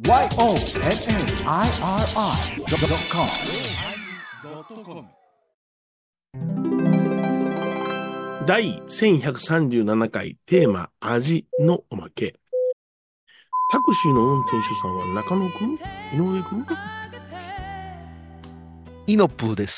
YONNIRI.com 第1137回テーマ味のおまけ。タクシーの運転手さんは中野くん、井上くん。 イノプーです。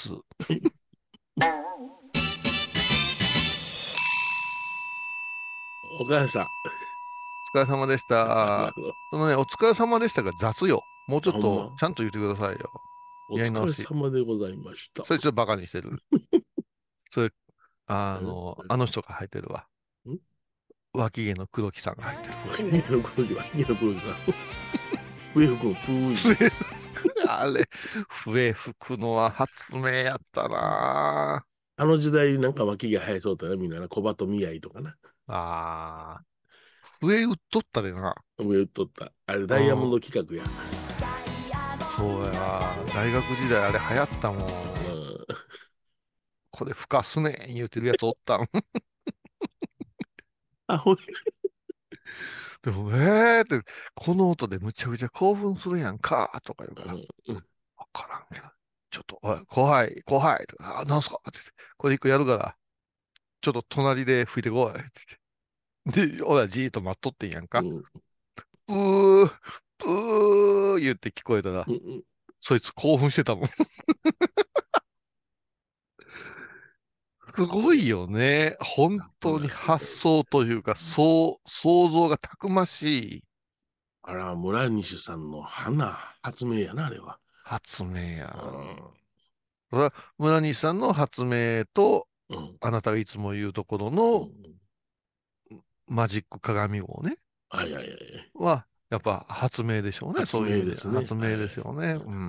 お疲れ様でした。 お疲れ様でしなるた。 ほど。 そのね、お疲れ様でしたが雑よ。もうちょっほんま。 とちゃんと言ってくださいよ。 お疲れやり直し。 様でございました。 それちょっとバカにしてる。それ、 えあの人が入ってるわ。 ん脇毛の黒木さんが入ってる。 脇毛の黒木は、脇毛の黒木さん。笛吹くの、ぷーい。 笛吹く、あれ、笛吹くのは発明やったなあの時代なんか脇毛生えそうだね、みんなな。小鳩見合いとかな。 あ。笛打っとったでな。 上打っとった。あれ、 うん。 ダイヤモンド企画や。 そうや。大学時代あれ流行ったもん。 うん。 これ吹かすねん言うてるやつおったん。 あ、ほい。 でも、って、この音でむちゃくちゃ興奮するやんか、とか言うから、 うん。うん。 わからんけど、ちょっと、おい、怖い、怖い、とか、なんすかって言って、これ一個やるから、ちょっと隣で吹いてこい、って言って。で、俺はじーっと待っとってんやんか。 うん。 うー、うー言って聞こえたら、 うん。 そいつ興奮してたもん。すごいよね。本当に発想というか、想像がたくましいあら、村西さんの発明やな、あれは。 発明うや。 ん。 それは村西さんの発明と、 うん。 あなたがいつも言うところうのん。 マジック鏡王ね、 はいはいはい。 は、やっぱ発明でしょうね。 発そういう意味で。 明ですね。 発明ですはい。 よね。うん。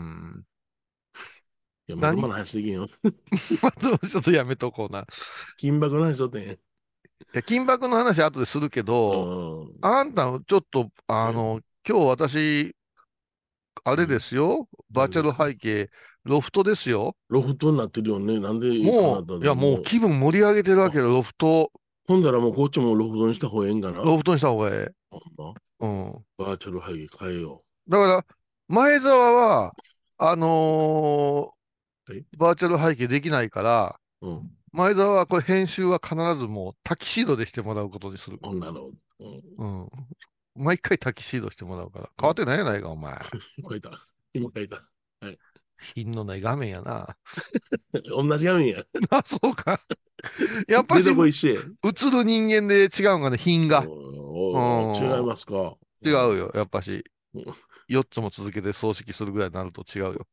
いや、まだま何だ話できんよ。 まあちょっとやめとこうな。い金箔の話しとってん。 や、金箔の話後でするけうど、 ん。 あんた、ちょっと、今日私、あれで何すよ。バーチャル何ですか？ 背景、ロフトですよ。 ロフトになってるよね。なんでカナダいや、もうでも気分盛り上げてるわあ、 けよ、ロフト。 ほんだらもうこっちもロフトにした方がええんかな。 ロフトにした方がえほんまえ。うん。 バーチャル背景変えよだから、前澤は、あのう。 バーチャル背景できないから、 うん。 前澤はこれ編集は必ずもうタキシードでしてもらうことにする。 ほんなの。うん。 うん。毎回タキシードしてもらうから。 うん。 変わってないやないか、お前。 書いた。今書いた。はい。 品のない画面やな。 同じ画面や。 あ、そうか。やっぱし、 出どこ一緒や。 映る人間で違うんかね、品が。うおー、違いん。 ますか。 違うよ、やっぱし。 うん。 4つも続けて葬式するぐらいになると違うよ。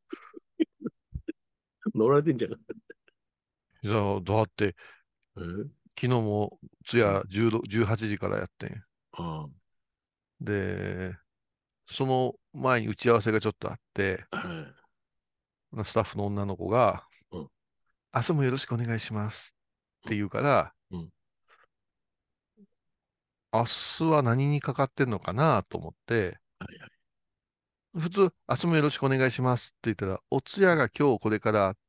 乗られてんじゃん。 いや、だって、 え昨日も通夜10 18時からやってん。 あで、その前に打ち合わせがちょっとあって、 あ、はい。 スタッフの女の子が、 うん、 明日もよろしくお願いしますって言うから、 うん、 明日は何にかかってんのかなと思って、 はいはい。 普通、明日もよろしくお願いしますって言ったら、お通夜が今日これからあって、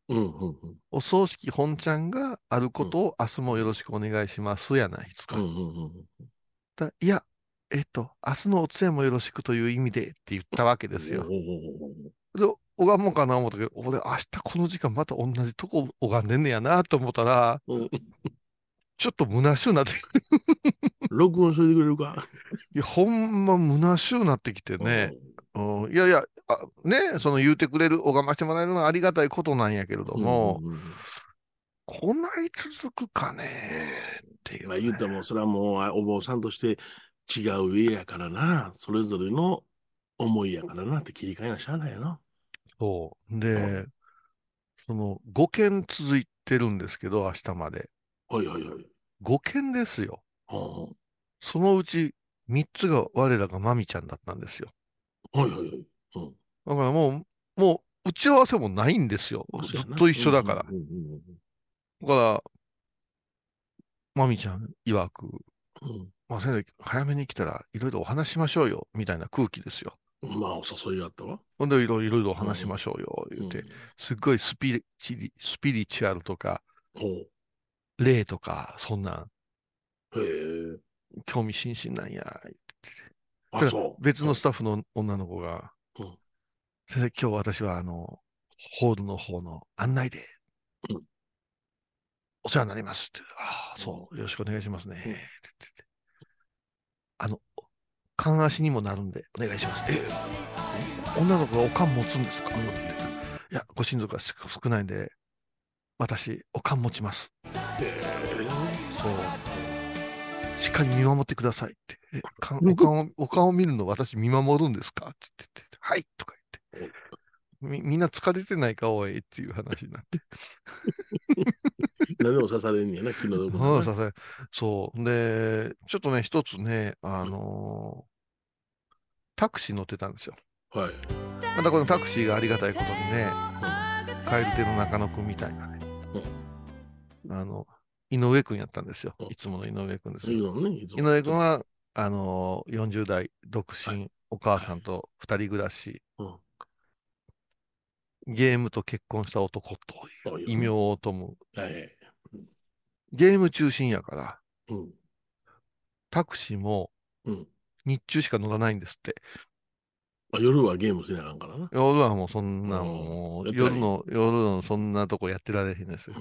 うん、うん、うん、 お葬式本ちゃんがあるこうん、 とを明日もよろしくお願いしますやないですか。 うん、うん、うん。 いや、明日のお通夜もよろしくという意味でって言ったわけですよ。 おで、拝もうかな思ったけど、俺明日この時間また同じとこ拝んでんねやなと思ったら、 うん。 ちょっと虚しゅうなって、 録音しといてくれるか？ いや、ほんま虚しゅうなってきてうね。 ん、 うん、いやいや、ね、その言うてくれる、拝ましてもらえるのはありがたいことなんやけれどうん、うも、 ん、 こない続くかうん。 ねっていうね。 まあ言うても、それはもうお坊さんとして違う家やからな。それぞれの思いやからなって切り替えなしゃあないよな。 そう。 うん。 で、その5件続いてるんですけど、明日まで。 はいはいはい。 5件ですよ。 はそのうち3つが我らがマミちゃんだったんですよ。 あ、はいはいはい。うん。 だからもう打ち合わせもないんですよ。 まあ、そうやな。 ずっと一うん、うん、 緒だから。 うん、 だから、マミちゃん曰く、 うんまあ、先生、早めに来たらいろいろお話ししましょうよ、みたいな空気ですよ。 うん。まあ、お誘いがあったわ。 ほんで、いろいろおうん、 話しましょうよ、言ううて、 ん。 すっごいスピリチュアルとか、 ほ霊とか、そんなん、 う。へえ。 興味津々なんや。 ああ、そ別う。 のスタッフの女の子が、 うん。 先生、今日私はホールの方の案内でうん。 お世話になりますって。ああ、 うん。 そう、よろしくお願いしますね。ってうん。 言っててあの、勘足にもなるんでお願いします。女の子がおかん持つんですかってうん。 言って。いや、ご親族が少ないんで、私、おかん持ちます。そう。しっかり見守ってくださいって。おかんを見るの私見守るんですかって言って、はいとか言って。みんな疲れてないか、おいっていう話になって。 何でも刺されんねやな、気の毒なな。 そう。で、ちょっとね、一つね、タクシー乗ってたんですよ。 はい。 またこのタクシーがありがたいことにね、 うん。 蛙亭の中野くんみたいなね、 うん。 あの、井上くんやったんですよ。 うん。 いつもの井上くんですよ。 いいのね、いつ井もの人。 上くんは、40代独はい。 身、お母はい。 さんと二人暮らし、 うん。 ゲームと結婚した男という異名そういうね。 を富む。 はい。 ゲーム中心やから、 うん。 タクシーもうん。 日中しか乗らないんですって。 あ、夜はゲームせなあかんからな。 夜はもうそんなうん。 もう、 やってられへん。 夜のそんなとこやってられへんです。 うん。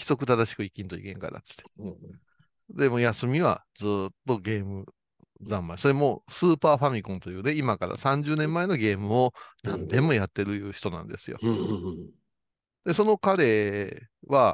規則正しく生きんといけんからっつって。 うん。 でも休みはずーっとゲーム三昧。それもスーパーファミコンというね、今から30年前のゲームをうん。 何遍もやってるいう人なんですよ。 うん。うん。 で、その彼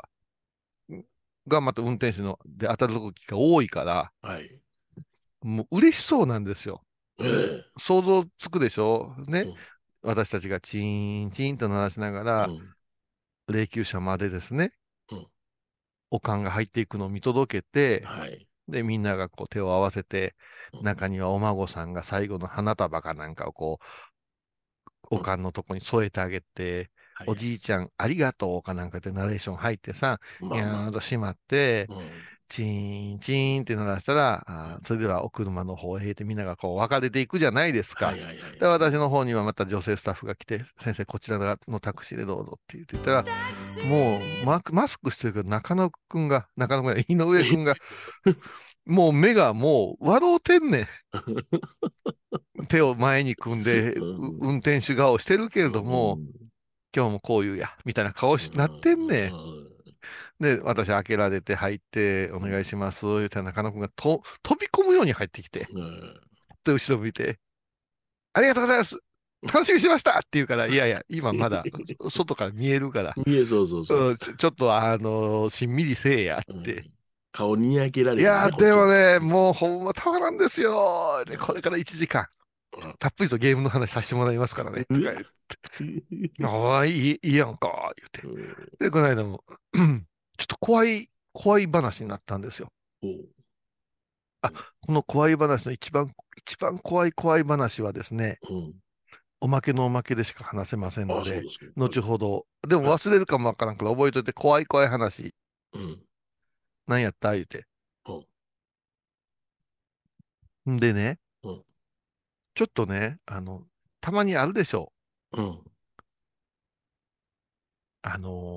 がまた運転手ので当たる時が多いから、 はい。 もう嬉しそうなんですよ。 ええ。 想像つくでしょね。 うん。 私たちがチーンチーンと鳴らしながら、 うん。 霊柩車までですね、 うん。 お棺が入っていくのを見届けて、 はい。 で、みんながこう手を合わせて、 うん。 中にはお孫さんが最後の花束かなんかをこう、 うん。 おかんのとこに添えてあげて、おはいはい。 じいちゃんありがとうかなんかでナレーション入ってさ、にまあまあ。 ゃーんと閉まって、 うん。 チーン、チーンって鳴らしたら、それではお車の方へ行ってみんながこう分かれていくじゃないですか。 はいはいはい。 で、私の方にはまた女性スタッフが来て、先生こちらのタクシーでどうぞって言ったら、もうマスクしてるけど中野くんが、井上くんが、もう目がもう笑うてんねん。手を前に組んで、 うん。 運転手顔してるけれうども、 ん。 今日もこういうや、みたいな顔うしなってんねん。 ん。で、私開けられて入って、お願いします、言ったら中野くんが飛び込むように入ってきて、 うん。 で、後ろ向いて、ありがとうございます楽しみにしましたって言うから、いやいや、今まだ外から見えるから、 見え、そうそうそう。 ちょっとしんみりせえやっうん。 て。 顔にやけられへんね、 いやー、 こっちも。 でもね、もうほんまたまらんですよ。で、これから1時間、たっぷりとゲームの話させてもらいますからね。とか言って、ああ、いいやんか、言って。 うん。 で、この間も、ちょっと怖い話になったんですよ。 おう。 あ、この怖い話の一番怖い話はですね、 うん。 おまけのおまけでしか話せませんああ、そうので、 ですか。はい。 後ほど、でもはい。 忘れるかもわからんから覚えといて、怖い話、 うん。 何やった言うて。 うん。 んでね、 うん。 ちょっとね、たまにあるでしょうん。 う。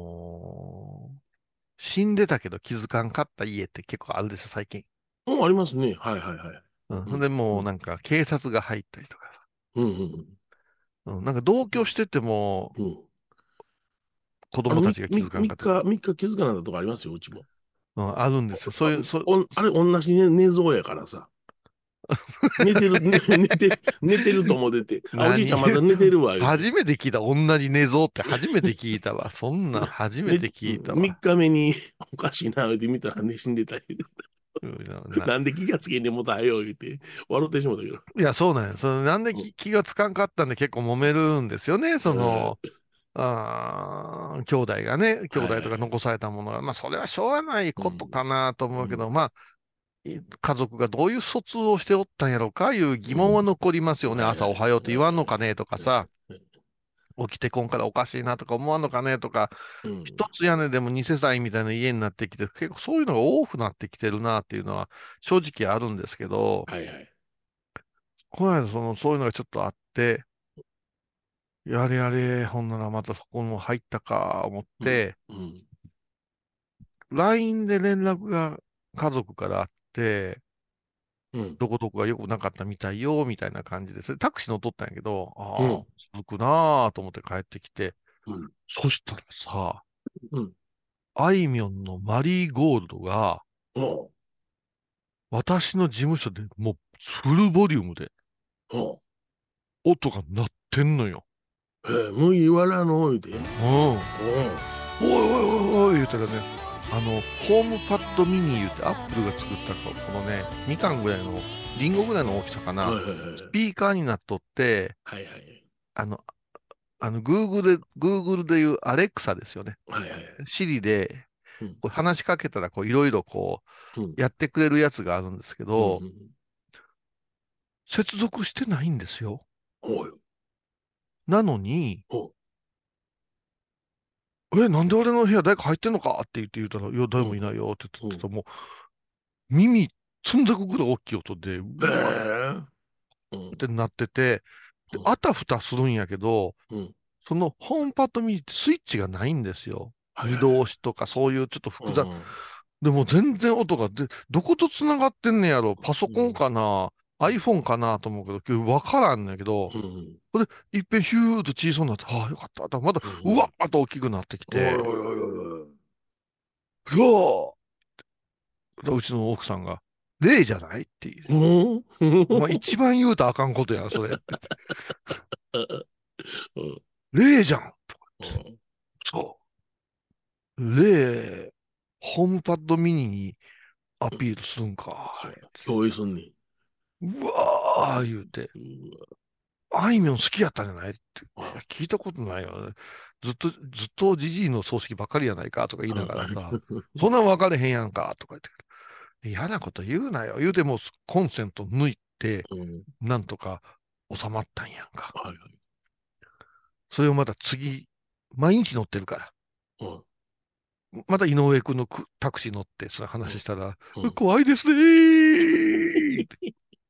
死んでたけど気づかんかった家って結構あるでしょ、最近。 うん。ありますね。はいはいはい。 うん。 うん。 ほんで、もううん。 なんか警察が入ったりとかさ。 うん。うん。 うん。なんか同居しててもうん。 子供たちが気づかんかったとか。 3日気づかなかったとこありますよ、うちも。 うん、あるんですよ。そういう、 あれ、同じ寝相やからさ。寝てる、寝てると思ってて、あ、おじいちゃんまだ寝てるわ、言うて。 初めて聞いた。同じ寝相って初めて聞いたわ。そんなん初めて聞いた 3 わ。 日目におかしいな、言うて見たら寝死んでた言うて。 うんなんで気がつけんでもたよ、言うて。笑ってしもたけど。 いや、そうなんや。なんでうん。 気がつかんかったんで結構揉めるんですよね。 え兄はい弟とか残はいはい。 されたものが。まあ、それはしょうがないうん。 ことかなと思うけど、 うん。 まあ、家族がどういう疎通をしておったんやろかいう疑問はうん。 残りますよね。 はいはいはい朝おはようって言わんのかはいねとかはいさ、起きてこんからおかしいなとか思わんのかねとか、 うん。 一つ屋根でも二世帯みたいな家になってきて、結構そういうのが多くなってきてるなっていうのは正直あるんですけど、 はいはい。 この間そういうのがちょっとあって、やれやれ、ほんならまたそこも入ったか思っうん。 て、 うん。 LINE で連絡が家族からあって、 うん。 どこどこが良くなかったみたいよ、みたいな感じで、それタクシー乗っとったんやけど、 うん。 続くなぁと思って帰ってきて、 うん。 そしたらさ、 うん。 あいみょんのマリーゴールドが、 おう。 私の事務所でもうフルボリュームでおう。 音が鳴ってんのよ。 麦わらの言うて。 うん。おいおう。 おいおいおい言うたらね、ホームパッドミニ言うて、アップルが作ったこのね、みかんぐらいの、リンゴぐらいの大きさかな、 はいはいはい。 スピーカーになっとって、 はいはい。 あの、Google でいうアレクサですよね。 はいはい。 シリで、 うん。 こう話しかけたら、こう、いろいろこうん。 う、やってくれるやつがあるんですけうん。うど、 ん。 接続してないんですよ。 おうよ。 なのに、 おう。 なんで俺の部屋誰か入ってんのかって言ったら、いや、誰うん。 もいないよってうん。 言ってたら、もう、耳、つんざくぐらい大きい音で、 へうわえ。うん。 ってなってて、で、 うん。 あたふたするんやけど、 うん。 そのホームパッドミニってスイッチがないんですよ。二はいはいはい。 度押しとかそういうちょっと複雑。 うん。 でも全然音がどこと繋がってんねやろ。パソコンうん。 かな ?iPhone かなと思うけど、今日わからんねんけど、 うん。 それで、いっぺんヒューッと小さになって、ああ、よかった。また、 うん。 うわっと大きくなってきおいおいて、 おいおい。 うわーうちの奥さんが、霊じゃないって言う。 うん。 お前一番言うたらあかんことやん、それ。 うん。 霊じゃん。 うん。 そう。霊、ホームパッドミニにアうん。 ピールするんか。 そうや。共有すんねん。 うわー言うて、 うあいみょん好きやったんじゃないって。いや、 わ。 聞いたことないよ。ずっとジジイの葬式ばっかりやないかとか言いながらさ、そんなん分かれへんやんかとか言って、嫌なこと言うなよ。言うてもコンセント抜いて、 うん。 なんとか収まったんやんか。 はいはい。 それをまた次、毎日乗ってるから。 うん。 また井上くんのタクシー乗って、そのうん。 話したら、 うん。 怖いですねーって。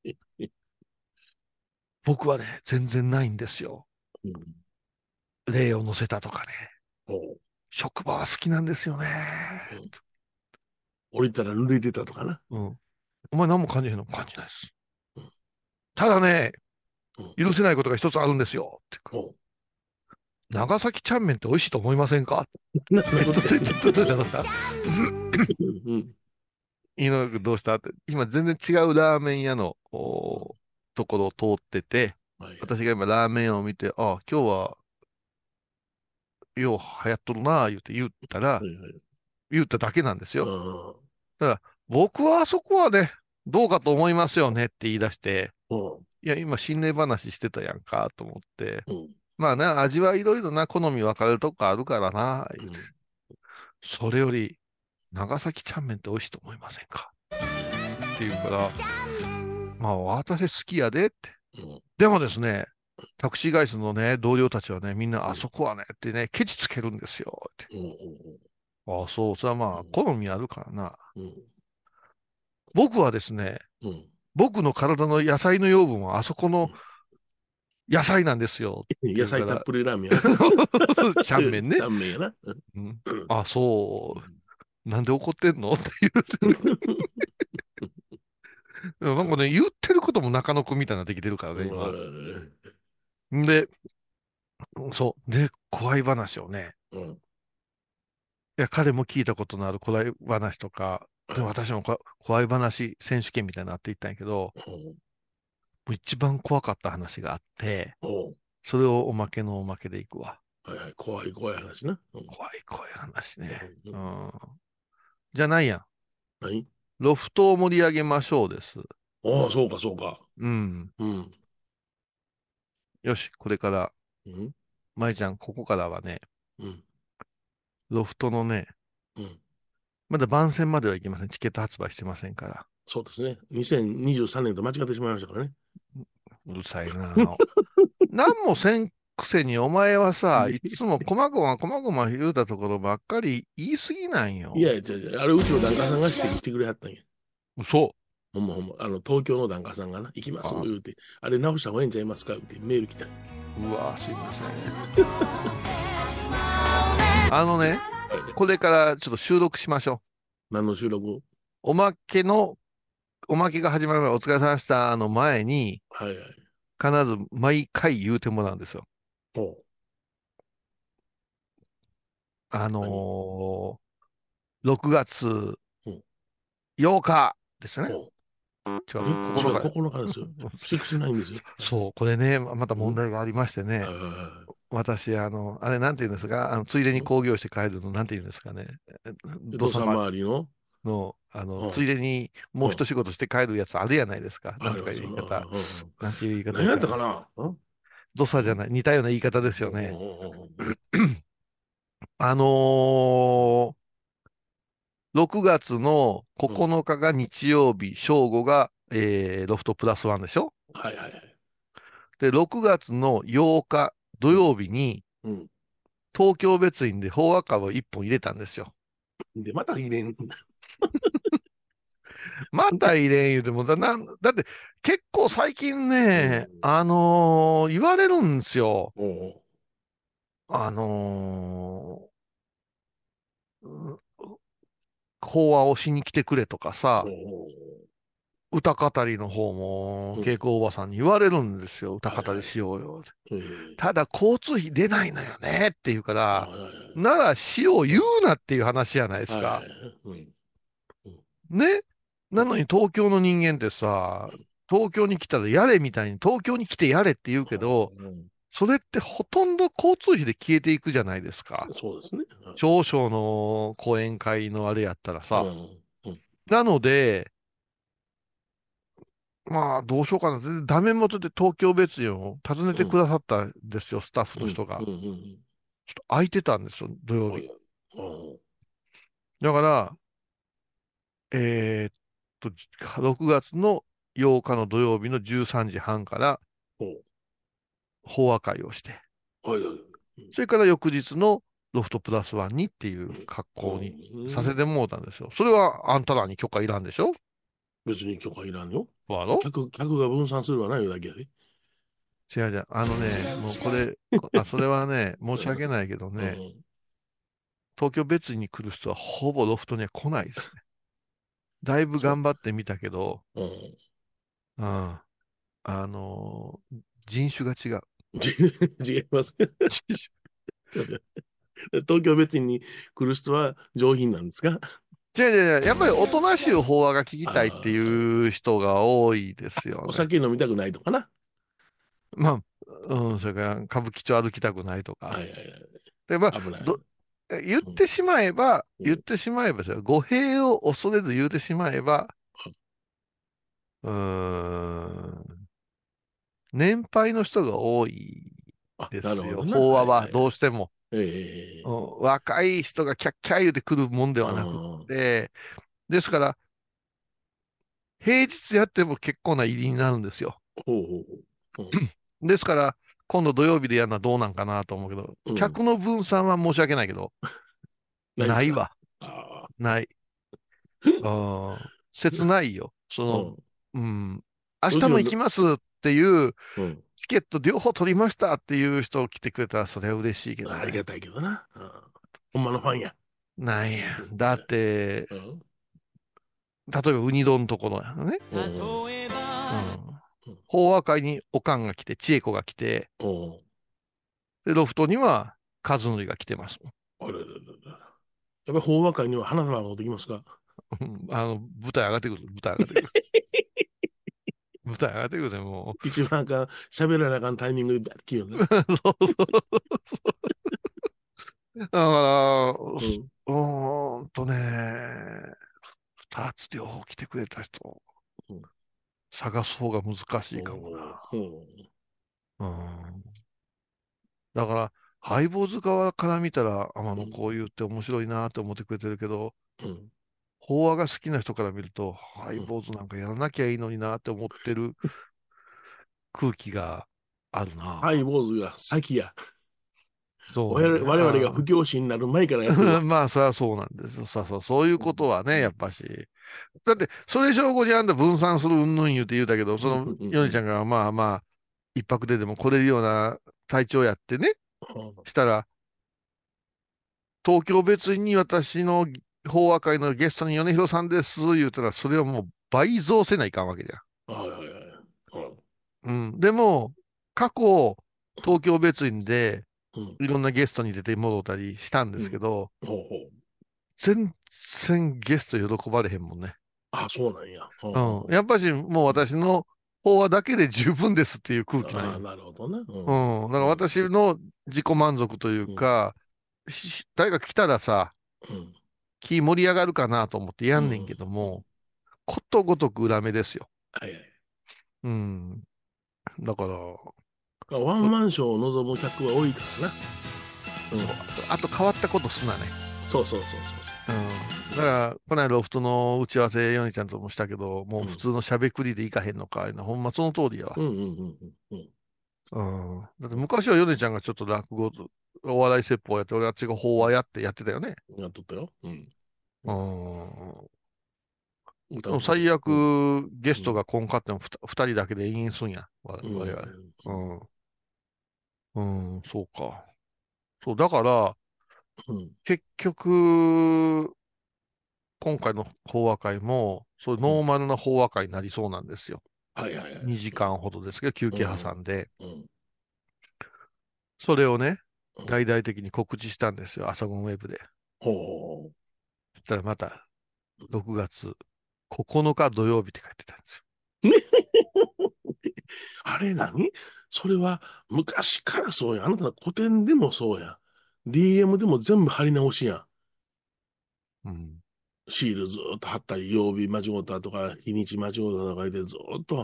僕はね、全然ないんですよ。 うん。 霊を乗せたとかね。 おう。 職場は好きなんですよね。 うん。降りたら濡れてたとかな。 うん。お前何も感じへんの？感じないです。 うん。 ただね、 うん。 許せないことが一つあるんですよ。っておう。 長崎ちゃんめんって美味しいと思いませんか？ なんのことやねん。 どうしたうん。 井上君どうしたって。今全然違うラーメン屋のうん。 ところを通ってて、 はいはい。 私が今ラーメン屋を見て、今日はよう流行っとるなぁ言ったら、 はいはい。 言っただけなんですうよ。 ん。 だから、僕はあそこはね、どうかと思いますよねって言い出して、 うん。 いや、今心霊話してたやんかと思って、 うん。 まあね、味はいろいろな好み分かれるとこあるからな、言うて。 うん。 それより、長崎ちゃんめんって美味しいと思いませんかって言うから、まあ私好きやでって。 うん。 でもですね、タクシー会社のね、同僚たちはね、みんなうん。 あそこはねってね、ケチつけるんですよって。 うん。 ああ、そう、それはまあ、 うん。 好みあるからな。 うん。 僕はですね、 うん。 僕の体の野菜の養分はあそこの野菜なんですよって野言うから、 菜たっぷりラーメンやな。 ちゃんめんね。 タンメンやな。 うん、 うん。 あ、そうん。 う。なんで怒ってんのって言う。なんかね、言ってることも中野くんみたいなのできてるからね、今。んで、そう。で、怖い話をね、 うん。 いや、彼も聞いたことのある怖い話とか、で、私も怖い話選手権みたいになっていったんやけど、一番怖かった話があって、 おう。 それをおまけのおまけでいくわ。 はいはい。怖い怖い話な。うん。 怖い話ね。 うん。 うん。じゃないやん。 何？ ロフトを盛り上げましょうです。 ああ、そうかそうか。 うん。 うん。 よし、これから、 うん。 舞ちゃん、ここからはね、 うん。 ロフトのね、 うん。 まだ番宣まではいきません。チケット発売してませんから。 そうですね。2023年と間違ってしまいましたからね。 うるさいな。何もせんくせにお前はさ、いつもこまごま言うたところばっかり言い過ぎなんよ。 いやいや、あれ、うちの檀家さんが指摘してくれはったんや。 嘘。 ほんまほんま。東京の檀家さんがな、行きます言うて、あれ直した方がええんちゃいますかってメール来たんや。 うわすいません。あのね、 はい。 これからちょっと収録しましょう。 何の収録？ おまけのおまけが始まる前、お疲れ様でしたの前に、 はいはい。 必ず毎回言うてもらうんですよ。 おう、 あの何？ 6月うん。 8日ですよね。 おう。 違う、9 違う、 日。 9日ですよ。69ですよ。 そう、これね、またうん。 問題がありましてね。 はいはいは私、あれ、なんて言うんですか、ついでい。 に興行して帰るの、なんて言うんですかね。土土佐佐回り回りの、 の、 うん、 ついでにもううん。 一仕事して帰るやつあるやないですか。なんとかいうあります。うんう言い方。 んうん。 なんていう言い方何やったかですかね。 な？うん。 土佐じゃない。似たような言い方ですようんうね。 んうんあのー6月のうん。 9日が日曜日、正午が、ロフトプラスワンでしょ。 はいはいはい。 で、6月の8日土うん。 曜日にうん。 東京別院で法話会を1本入れたんですよ。 で、また入れん。 また入れん言うても、だって結構最近うね、 ん。 言われるんですよ。 おうあのうん法話をしに来てくれとかおさ、 う歌語りの方も、 うん。 稽古おばさんに言われるんですよ。歌語りはいはい。 しようよ。 ええ。 ただ、交通費出ないのよねって言うかあ、 ら、 はいはいはい。 ならしよう言うん。 うなっていう話じゃないですはいはいはか。 い。うん。うん。 ね。なのに東京の人間ってさ、東京に来たらやれみたいに東京に来てやれって言うけど、 うん。 それってほとんど交通費で消えていくじゃないですか。 そうですね。 少々の講演会のあれやったらうん。 さ。 うん。 なので、まあ、どうしようかな。全然ダメ元で東京別院を訪ねうん。 てくださったんですよ、スタッフうん。 の人が。 うん。うん。 ちょっと空いてたんですよ、土曜日。 はい。うん。 だから、えーっ6月の8日の土曜日の13時半からおう。 法話会をして、 はいはい。 それから翌日のロフトプラスワンにっていう格う好にさせん。 てもうたんですよ。それはあんたらに許可いらんでしょ。 別に許可いらんよ。 そうやろ。 客が分散するはないだけやで。 違う違う。もうこれ、それはね、申し訳ないけどね、 うん。 東京別に来る人はほぼロフトには来ないですね。だいぶそう。 頑張ってみたけど、 うん。 うん、人種が違う。 違います。東京別に来る人は上品なんですか？ 違う違う違う、やっぱりおとなしい法話が聞きたいってああ、 いう人が多いですよおね。 酒飲みたくないとかな。 まあ、それから歌舞伎町歩きたくないとか。 はいはいで、まあ、 はい。危ない。 言っうん。 てしまえば、 うん。 言ってしまえばですよ、語弊を恐れず言うてしまえば、うーん、年配の人が多いあ、 ですよ、 なるほどな。 法話ははいはいはい。 どうしても。 ええ。 若い人がキャッキャ言うてくるもんでうはなくっん。 て、ですから、平日やっても結構な入りになるんですよ。 ほうほうほう。うん。 ですから、今度土曜日でやるのはどうなんかなと思うけど、 うん。 客の分散は申し訳ないけど、 ないですか？ ないわ。 ああ。 ない。切ないよ。 うん。 うん、明日うちの、 も行きますっていう、 うん。 チケット両方取りましたっていう人来てくれたらそれは嬉しいけどね。 ありがたいけどな。うん。ほんまのファンや。 なんや。だって、 うん。 例えばウニ丼のところやね。 うん。 うん。法話会におかんが来て、千恵子が来て、 うん。 で、ロフトには和則が来てます。 あれれれれ。やっぱり法話会には花束持ってきますか？ うん舞台上がってくる、舞台上がってくる。舞台上がってくるでも一番あかん、喋らなあかんタイミングでバッて切るう。 よね。 そうそう。だから、 うん。 二つ両方来てくれた人、 うん。 探す方が難しおいかもな。 ー、うん。 うん。だから、ハイボーズ側から見たら、 うん。 こう言って面白いなって思ってくれてるけど、 うん。 法話が好きな人から見ると、ハイうん。 ボーズなんかやらなきゃいいのになって思ってる空気があるハイな。 坊主が先や。 そう我々が不や。 教師になる前からやってるわ。 まあ、そりゃそうなんですよ。そういううん。 ことはね、 うん。 やっぱし。だって、それ証拠にあんた分散するうんぬん言うたけど、 うん。うん。うん。 ヨネちゃんがまあまあ、一泊ででも来れるような体調やってね、したら、東京別に私の法話会のゲストに米広さんです、言うたら、それはもう倍増せないかんわけじゃん。 はいはいはい。 うん。でも、過去、東京別院で、 うん。 いろんなゲストに出て戻ったりしたんでうん。 すけど、 ほうほう。 全然ゲスト喜ばれへんもんね。 あ、そうなんや。ほうほううん。 ほやっぱし、もうう。うん。 私の法話だけで十分ですっていう空気なんああ、 よ。 なるほどね。ううん。 ん。だからうん。 私の自己満足といううん。 か、誰か来たらさ、 うん。 気盛り上がるかなと思ってやうん。 んねんけどうん。 も、ことごとく裏目ですよ。 はいはい。 うん。だから、 ワンマンショーを望む客は多いからな。うん。 そう、あと変わったことすなね。 そうそうそううん。だから、この間ロフトの打ち合わせ、ヨネちゃんともしたけど、もうそうそう。 普通のしゃべくりでいかへんのか、いうのはほんまその通りやわ。 うん。うん。うん。うん。うん。 うん。だって昔はヨネちゃんがちょっと落語と、お笑い説法やって、俺は違う法話やってやってたよね。 やっとったよ。うん。 うん。 歌うと。 でも最うん。 悪、ゲストうん。 が来んかっても二人だけで演奏すんや。 う我々。 ん。 うん。うん、そうか。そう、だから、 うん。 結局、今回の法話会も、そういううん。 ノーマルな法話会になりそうなんですよ。 はいはいはい。 2時間ほどですけど、休憩うん。 挟んで。 うん。 それをね、 うん。 大々的に告知したんですよ。朝ゴンウェブで。 ほそしたらまた、6月9日土曜日って書いてたんですよ。 う。ね。あれ何それは昔からそうや。あなたの古典でもそうや。DM でも全部貼り直しやん。 うん。 シールずーっと貼ったり、曜日間違ったとか、日にち間違ったとかでずーっと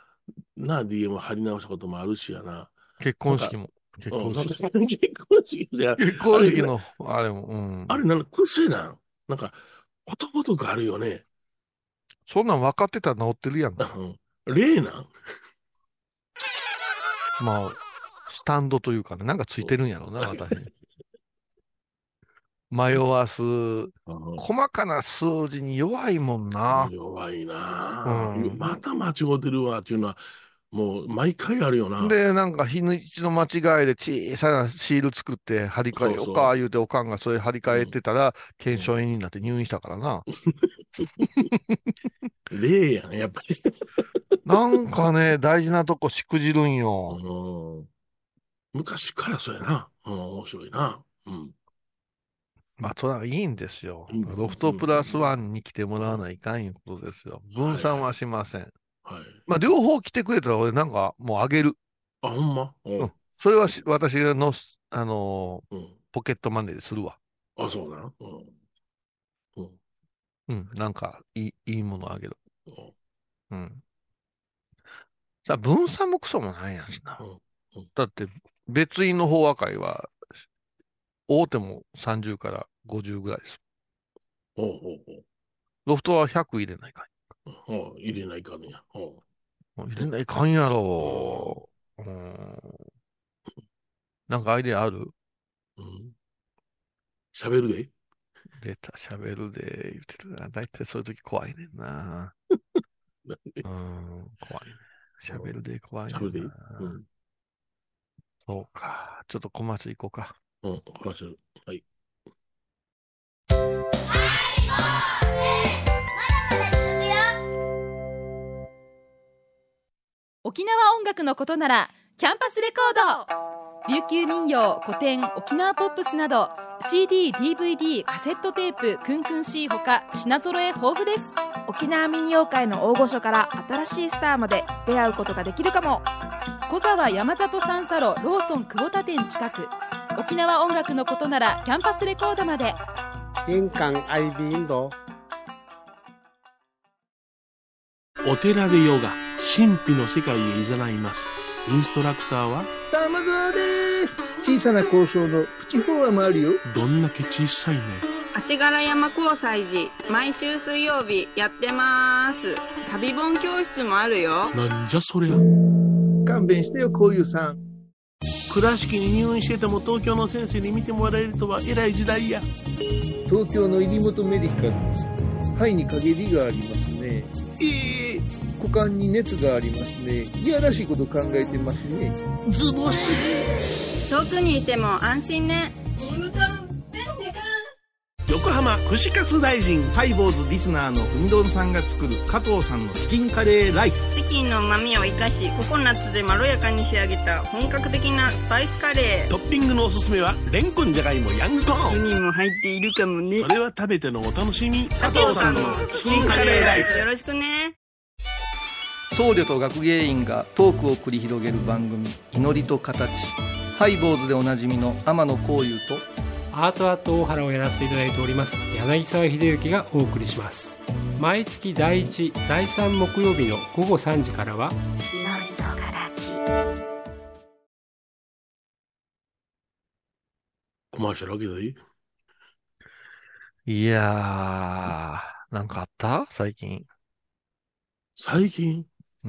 DM 貼り直したこともあるしやな。 結なんか、 婚式も。結うん、なんか婚式。 結婚式じゃ、 結あれ、 婚式の、あれも、うん。 あれなんか癖なん。なんか、ことごとくあるよね。 そんなん分かってたら治ってるやんか。 うん。例なん。 まあ、スタンドというかね、なんかついうん。 てるんやろうな、私に。迷わす。細かな数字に弱いもんな。 弱いうなぁ。まん。 た間違ってるわっていうのは、もう毎回あるよな。 で、なんか日にちの間違いで小さなシール作って貼り替えようか、 そうそ言うておかんがそれ貼りう。 替えてたら、 うん。 腱鞘炎になって入院したからな。 例やん、やっぱり。 なんかね、大事なとこしくじるんよ。 うん。昔からそうやな。うん、面白いな。うん。 まあ、それはいいんですよ。 いいんです。 ロフうん。 トプラスワンに来てもらわうん。 ないかんいうことですよ。分はいはい。 散はしません。 はい。 まあ、両方来てくれたら俺なんかもうあげる。 あ、ほんま。ううん。 ん。 それは私の、 うん。 ポケットマネーでするわ。 あ、そうな。うん。うん。 うん。なんか、いいものあげる。 うん。 うん。さあ、分散もクソもないやんな。 うん。うん。 だって、別院の法話会は、大手も30から50ぐらいです。 ほうほうほロフトは100入れないかう。うん。入れないかねや。ほん。入れないかんやう。うん。 ろ。うん。なんかアイデアある？ うん。喋るで。 出た、喋るで、言ってたな。だいたいそういう時怖いねんな。うん、怖いね。喋るで怖いねん喋るで。うな。 ん。 そうか。ちょっと小松行こうか。 うん。話せる。はい。 沖縄音楽のことならキャンパスレコード、琉球民謡、古典、沖縄ポップスなど CD、DVD、カセットテープ、クンクン C ほか品揃え豊富です。 沖縄民謡界の大御所から新しいスターまで出会うことができるかも。 小沢山里三佐路ローソン久保田店近く。沖縄音楽のことならキャンパスレコードまで。 印港 IB 印度お寺でヨガ、神秘の世界へ誘います。インストラクターは玉沢です。小さな交渉のプチフォアもあるよ。 どんだけ小さいね。 足柄山交際時毎週水曜日やってます。旅本教室もあるよ。 なんじゃそりゃ。 勘弁してよ、こういうさん。 倉敷に入院してても東京の先生に見てもらえるとは偉い時代や。 東京の入本メディカルです。肺に陰りがありますね。股間に熱がありますね。いやらしいこと考えてますね。 ズボス。 遠くにいても安心ね。 横浜串カツ大臣。 ハイボーズリスナーのうみどんさんが作る加藤さんのチキンカレーライス。 チキンの旨味を生かしココナッツでまろやかに仕上げた本格的なスパイスカレー。 トッピングのおすすめはレンコン、じゃがいも、ヤングコーン。 1人も入っているかもね。 それは食べてのお楽しみ。 加藤さんのチキンカレーライス、よろしくね。 僧侶と学芸員がトークを繰り広げる番組、祈りと形。ハイボーズでおなじみの天野幸雄とアートアート大原をやらせていただいております柳沢秀幸がお送りします。毎月第1、第3木曜日の午後3時からは祈りと形。 コマーシャル開けたい？ いやー、なんかあった最近。 最近、 うん。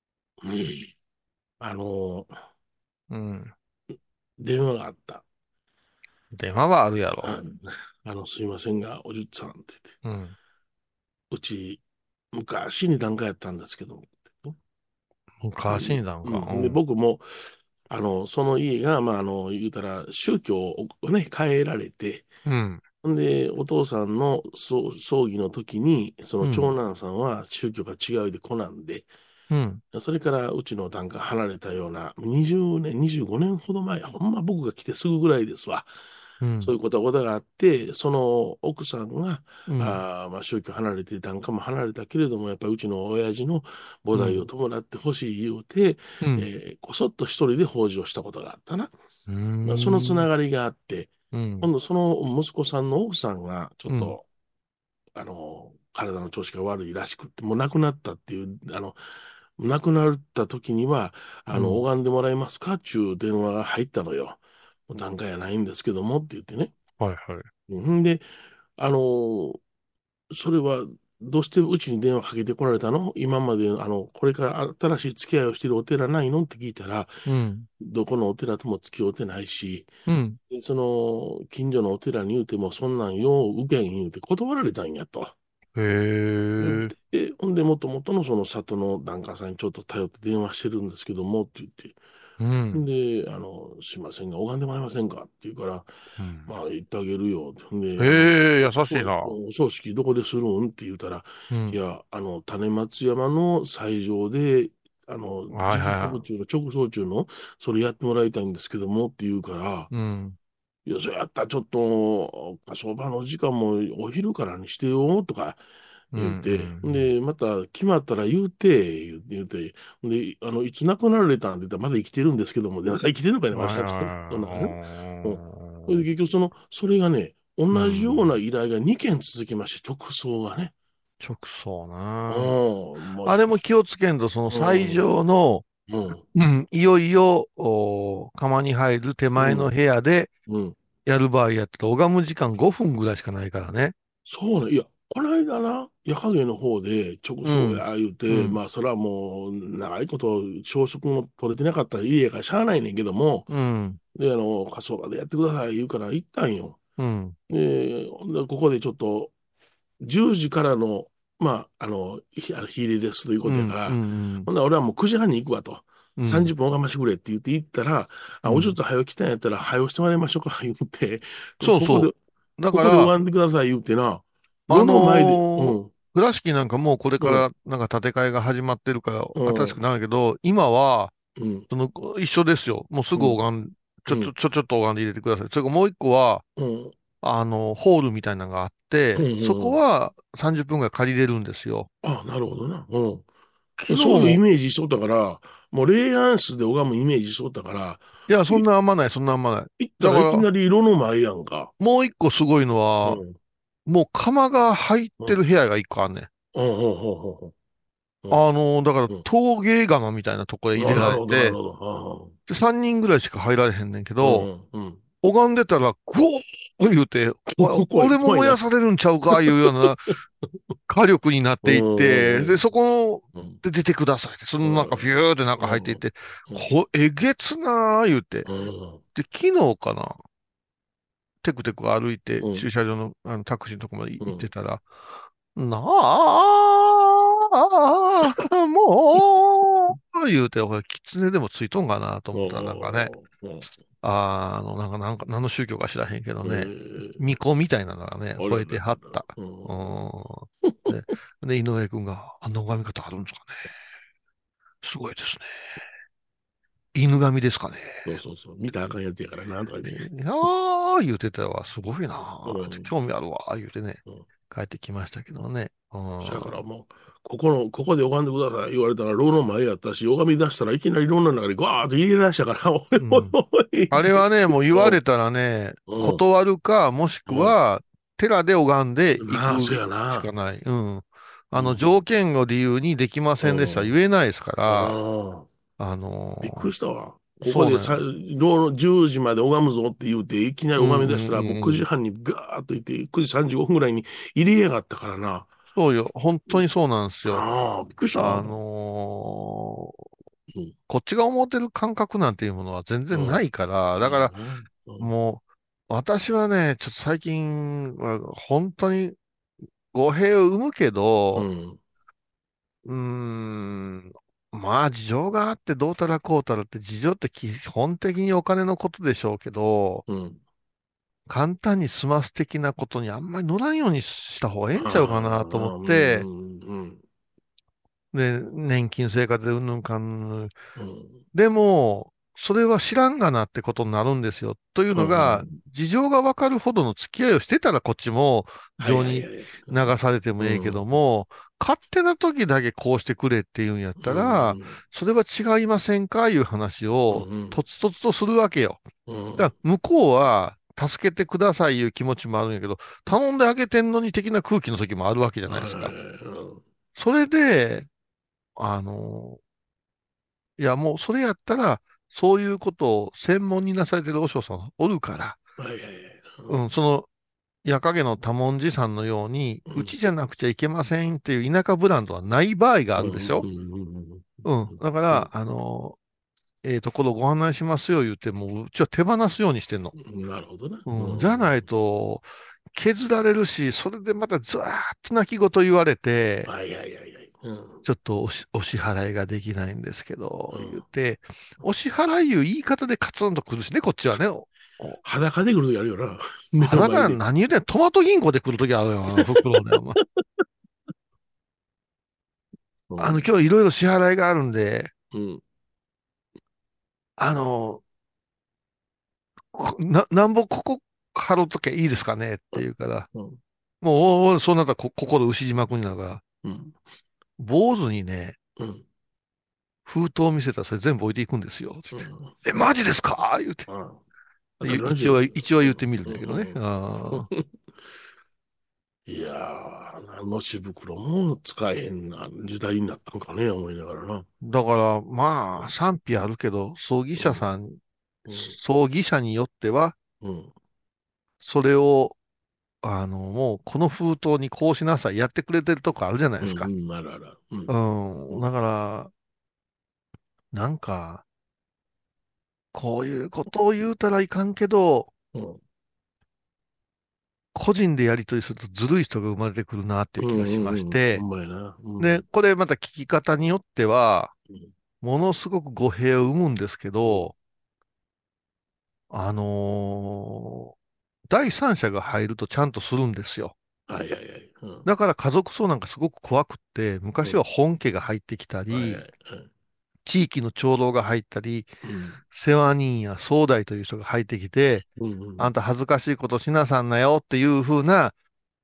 うん。 電話があった。 電話はあるやろ。 すいませんが、おじゅっさんって言って。 うん。 うち、昔に段階やったんですけど。 昔に段階。 で、僕も、その家が、言うたら、宗教をね、変えられて、 うん。 で、お父さんの葬儀の時に、その長男さんは宗教が違うで子なんで、 うん。 それからうちの段階離れたような、20年、25年ほど前、ほんま僕が来てすぐぐらいですわ。 うん、 そういうことがあって、その奥さんが、 うん、 宗教離れて、檀家も離れたけれども、やっぱりうちの親父の菩提を伴ってほしい言うて、こそっと一人で法事をしたことがあったな。そのつながりがあって、今度その息子さんの奥さんが、ちょっと、体の調子が悪いらしくって、もう亡くなったっていう、亡くなった時には、拝んでもらえますかっていう電話が入ったのよ。段階やないんですけどもって言ってね。 はいはい。 んで、それは、どうしてうちに電話かけてこられたの？今まで、これから新しい付き合いをしているお寺ないのって聞いたら、どこのお寺とも付き合うてないし、その、近所のお寺に言うても、そんなんよう受けん言うて断られたんやと。ほんで、もともとのその里の檀家さんにちょっと頼って電話してるんですけどもって言って、で、すいませんが、拝んでもらえませんかって言うから、言ってあげるよ。で、 優しいな。 お葬式どこでするんって言うたら、いや、種松山の斎場で、直葬中の、それやってもらいたいんですけどもって言うから、いや、それやったらちょっと、火葬場の時間もお昼からにしてよ、とか言って、で、また決まったら言うて、言うて、で、いつ亡くなられたんって言ったらまだ生きてるんですけども、で、生きてるのかね、わしゃってそんなね。それで結局それがね、同じような依頼が2件続きまして、直葬がね。 直葬なあれも気をつけんと、その斎場の、いよいよ、窯に入る手前の部屋で、やる場合やったら、拝む時間5分ぐらいしかないからね。 そうね。いや、この間な、矢影の方で直葬や言うて、それはもう、長いこと、朝食も取れてなかったら家やからしゃあないねんけども、で、火葬場でやってください言うから行ったんよ。で、ここでちょっと、10時からの、日入りですということやから、ほんなら俺はもう9時半に行くわと。30分おがましてくれって言って行ったら、おちょっと早起きたんやったら、早起してもらいましょうか、言うて。 そうそう。 だから、ここで拝んでください言うてな。 倉敷なんかもうこれからなんか建て替えが始まってるから新しくなるけど、今は、一緒ですよ。もうすぐ拝ん、ちょっと拝んで入れてください。それからもう一個は、ホールみたいなのがあって、そこは30分ぐらい借りれるんですよ。 あ、なるほどな。そういうイメージしとったから、もう霊安室で拝むイメージしとったから。 いや、そんなあんまない、そんなあんまない。 行ったらいきなり色の前やんか。 もう一個すごいのは、もう窯が入ってる部屋が一個あんねん。だから陶芸窯みたいなとこへ入れられて、で、3人ぐらいしか入られへんねんけど、拝んでたら、ゴー言うて、俺も燃やされるんちゃうか、いうような火力になっていって、で、そこで出てくださいって、その中、フューって中入っていって、えげつなー言うて。で、昨日かな、テクテク歩いて、駐車場のタクシーのとこまで行ってたら、もう、言うて、俺、狐でもついとんかなと思ったら、なんかね、 何の宗教か知らへんけどね、巫女みたいなのがね、超えてはった。で、井上くんが、あんな拝み方あるんですかね。すごいですね。犬神ですかね。 そう。見たらあかんやつやからな、とか言って。 いやー、言うてたわ。すごいなー。興味あるわ、言うてね。帰ってきましたけどね。 だからもう、ここで拝んでください言われたら、牢の前やったし、拝み出したらいきなり牢の中にガーッと入れ出したから、 あれはね、もう言われたらね、断るか、もしくは、寺で拝んで行くしかない。条件を理由にできませんでした言えないですから、 びっくりしたわ。ここで牢の10時まで拝むぞって言うて、いきなり拝み出したら、もう9時半にガーッと行って、9時35分ぐらいに入れやがったからな。 そうよ。本当にそうなんですよ。 びっくりした。 こっちが思ってる感覚なんていうものは全然ないから、だから、もう、私はね、ちょっと最近は本当に語弊を生むけど、まあ事情があってどうたらこうたらって事情って基本的にお金のことでしょうけど、簡単に済ます的なことにあんまり乗らんようにした方がええんちゃうかなと思って、で、年金生活でうんぬんかんぬん。でも、それは知らんがなってことになるんですよ。というのが、事情がわかるほどの付き合いをしてたらこっちも情に流されてもええけども、勝手な時だけこうしてくれっていうんやったら、それは違いませんかいう話を、とつとつとするわけよ。だから向こうは、助けてくださいいう気持ちもあるんやけど、頼んであげてんのに的な空気の時もあるわけじゃないですか。それで、いやもうそれやったら、そういうことを専門になされてる和尚さんおるから、その、矢影の多文字さんのように、うちじゃなくちゃいけませんっていう田舎ブランドはない場合があるでしょ。だから、これご案内しますよ言っても、うちは手放すようにしてんの。 なるほどな。 じゃないと、削られるし、それでまたずーっと泣き言言われて、ちょっとお支払いができないんですけど、言って、お支払いいう言い方でカツンと来るしね、こっちはね。 裸で来るときあるよな。 裸何言うねん、トマト銀行で来るときあるよな、袋で。今日いろいろ支払いがあるんで、なんぼここ払うときゃいいですかねって言うから、もう、そうなったら心牛島君になるから、坊主にね、封筒を見せたらそれ全部置いていくんですよ。つってマジですか言うて。一応言ってみるんだけどね。 いやー、何の私袋も使えへんな時代になったんかね、思いながらな。 だから、まあ、賛否あるけど、葬儀社によっては、それを、もう、この封筒にこうしなさい、やってくれてるとこあるじゃないですか。だから、なんか、こういうことを言うたらいかんけど、個人でやり取りするとずるい人が生まれてくるなっていう気がしまして、で、これまた聞き方によっては、ものすごく語弊を生むんですけど、第三者が入るとちゃんとするんですよ。だから家族葬なんかすごく怖くって、昔は本家が入ってきたり、地域の長老が入ったり、世話人や総代という人が入ってきて、あんた恥ずかしいことしなさんなよっていう風な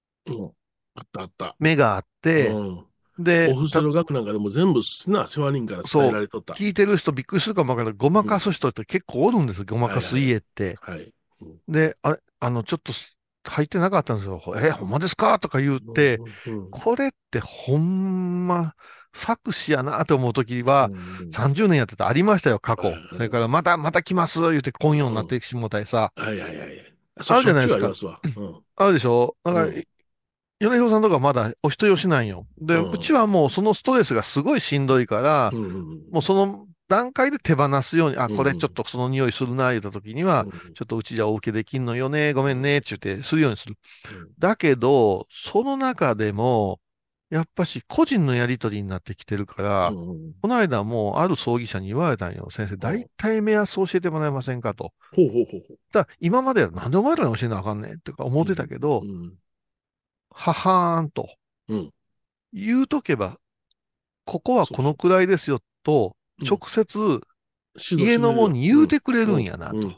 目があって、 で、お布施の額なんかでも全部世話人から伝えられとった。 聞いてる人びっくりするかもわからない。ごまかす人って結構おるんですよ、ごまかす家って。で、ちょっと入ってなかったんですよ。ほんまですかとか言って、これってほんま、作詞やなと思うときは、30年やってたありましたよ、過去。それからまた来ます言って今夜になってしもたりさ。あるじゃないですか。あるでしょだから、米広さんとかまだお人よしなんよ。で、うちはもうそのストレスがすごいしんどいから、もうその段階で手放すように、これちょっとその匂いするな、言った時には、ちょっとうちじゃお受けできんのよね、ごめんね、って言ってするようにする。だけど、その中でも、 やっぱし個人のやりとりになってきてるから、この間もうある葬儀社に言われたんよ。先生、大体目安教えてもらえませんかと。だから今まではなんでお前らに教えなあかんねんってか思ってたけど、ははーんと。言うとけば、ここはこのくらいですよと、直接家の者に言うてくれるんやなと。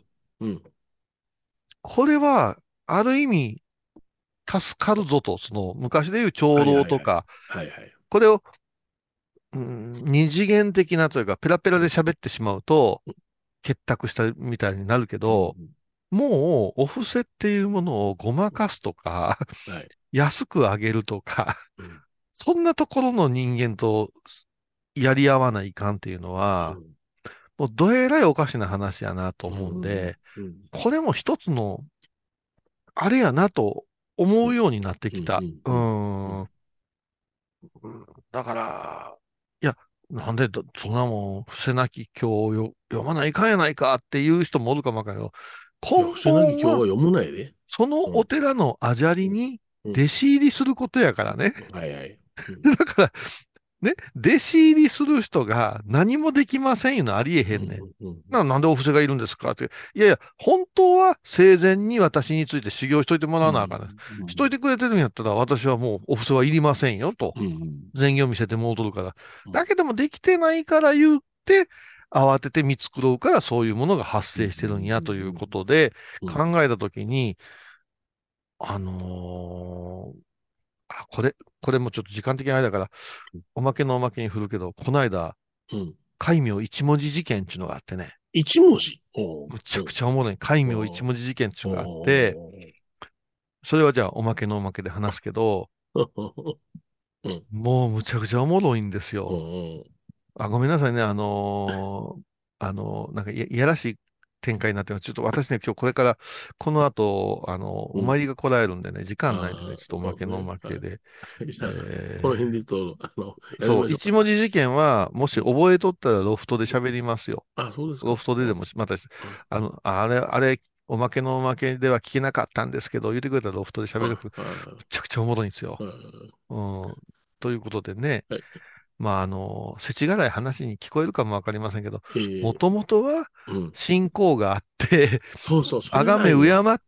これは、ある意味、助かるぞと、昔でいう長老とか、これを、二次元的なというか、ペラペラで喋ってしまうと、結託したみたいになるけど、もう、お布施っていうものをごまかすとか、安くあげるとか、そんなところの人間とやり合わないかんっていうのは、もうどえらいおかしな話やなと思うんで、これも一つの、あれやなと思うようになってきた。だから、いや、なんで、そんなもん、伏せなき経を読まないかんやないかっていう人もおるかもわからんけど、 伏せなき経は読むないで。 そのお寺のあじゃりに弟子入りすることやからね。だから、ね、弟子入りする人が何もできませんいうのありえへんねん。なんでお布施がいるんですかって。いやいや、本当は生前に私について修行しといてもらわなあかんねん。しといてくれてるんやったら私はもうお布施はいりませんよと。前業見せてもうとるから。だけどもできてないから言って、慌てて見繕うからそういうものが発生してるんやということで考えたときに、これもちょっと時間的なあれだから、おまけのおまけに振るけど、この間、戒名一文字事件っていうのがあってね。 一文字むちゃくちゃおもろい。戒名一文字事件っていうのがあって、それはじゃあおまけのおまけで話すけど、もうむちゃくちゃおもろいんですよ。ごめんなさいね、なんかいやらしい展開になってます。ちょっと私ね、今日これから、この後、お参りが来られるんでね、時間ないんでね、ちょっとおまけのおまけで。 この辺で言うと、 そう、一文字事件は、もし覚えとったらロフトで喋りますよ。 そうですか。 ロフトでも、また、あれ、おまけのおまけでは聞けなかったんですけど、言ってくれたらロフトで喋る。めちゃくちゃおもろいんですよ。ということでね。世知辛い話に聞こえるかもわかりませんけど、もともとは信仰があって、崇め敬って、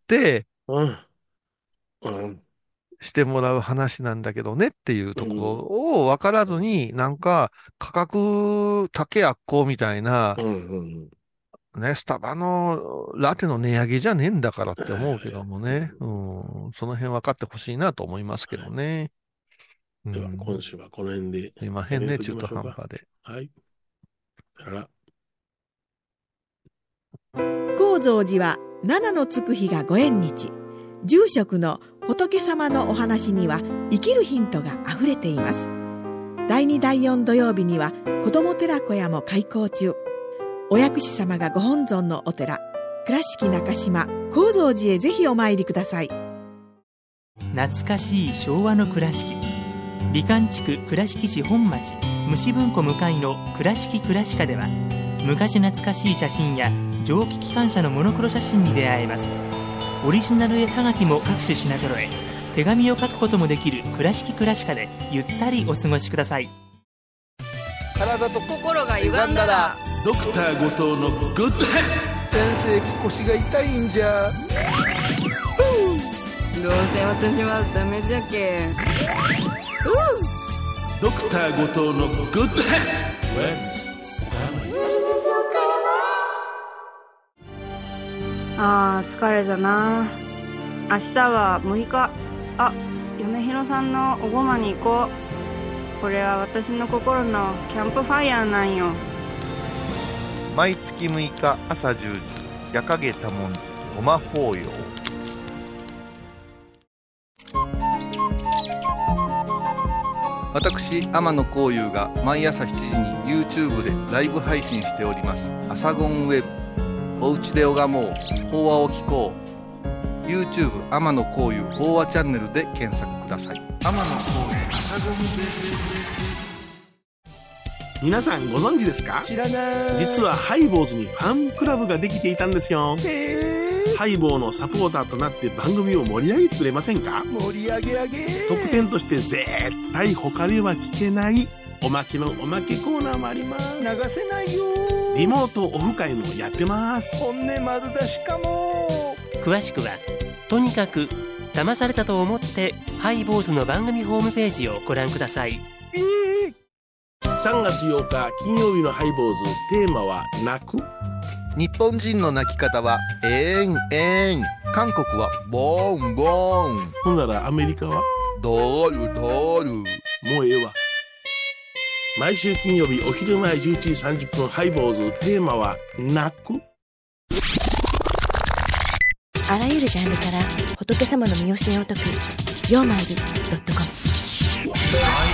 してもらう話なんだけどねっていうところを分からずに、なんか価格高やっこみたいな、ね、スタバのラテの値上げじゃねえんだからって思うけどもね、その辺分かってほしいなと思いますけどね。 では、今週はこの辺で。 すいませんね、中途半端で。 はい。さよなら。高蔵寺は七のつく日がご縁日。住職の仏様のお話には生きるヒントがあふれています。第2第4土曜日には子ども寺小屋も開校中。お薬師様がご本尊のお寺、倉敷中島・高蔵寺へぜひお参りください。 懐かしい昭和の倉敷。美観地区倉敷市本町虫文庫向かいの倉敷倉歯科では、昔懐かしい写真や蒸気機関車のモノクロ写真に出会えます。オリジナル絵はがきも各種品揃え、手紙を書くこともできる倉敷倉歯科でゆったりお過ごしください。 体と心が歪んだらドクター後藤のグッドヘッド。 先生、腰が痛いんじゃ。 どうせ私はダメじゃけ。 ドクター後藤のグッドヘッド。疲れじゃな。明日は6日。米広さんのおごまに行こう。これは私の心のキャンプファイヤーなんよ。 毎月6日朝10時、夜影多文字ごま法要。私、天野幸雄が毎朝7時に YouTube でライブ配信しております。アサゴンウェブ。おうちで拝もう。法話を聞こう。YouTube 天野幸雄法話チャンネルで検索ください。天野幸雄アサゴンウェブ。 皆さんご存知ですか？ 知らない。 実はハイボーズにファンクラブができていたんですよ。 へー。 ハイボーのサポーターとなって番組を盛り上げてくれませんか？ 盛り上げ上げ。 特典として絶対他では聞けないおまけのおまけコーナーもあります。 流せないよ。 リモートオフ会もやってます。 本音丸出しかも。 詳しくはとにかく騙されたと思ってハイボーズの番組ホームページをご覧ください。 3月8日金曜日のハイボーズ、テーマは泣く。 日本人の泣き方はえんえん、韓国はボンボン。 ほんならアメリカはドルドル。もうええわ。毎週金曜日お昼前11時30分ハイボーズ、テーマは泣く。 あらゆるジャンルから仏様の身教えを解く曜マイル.com。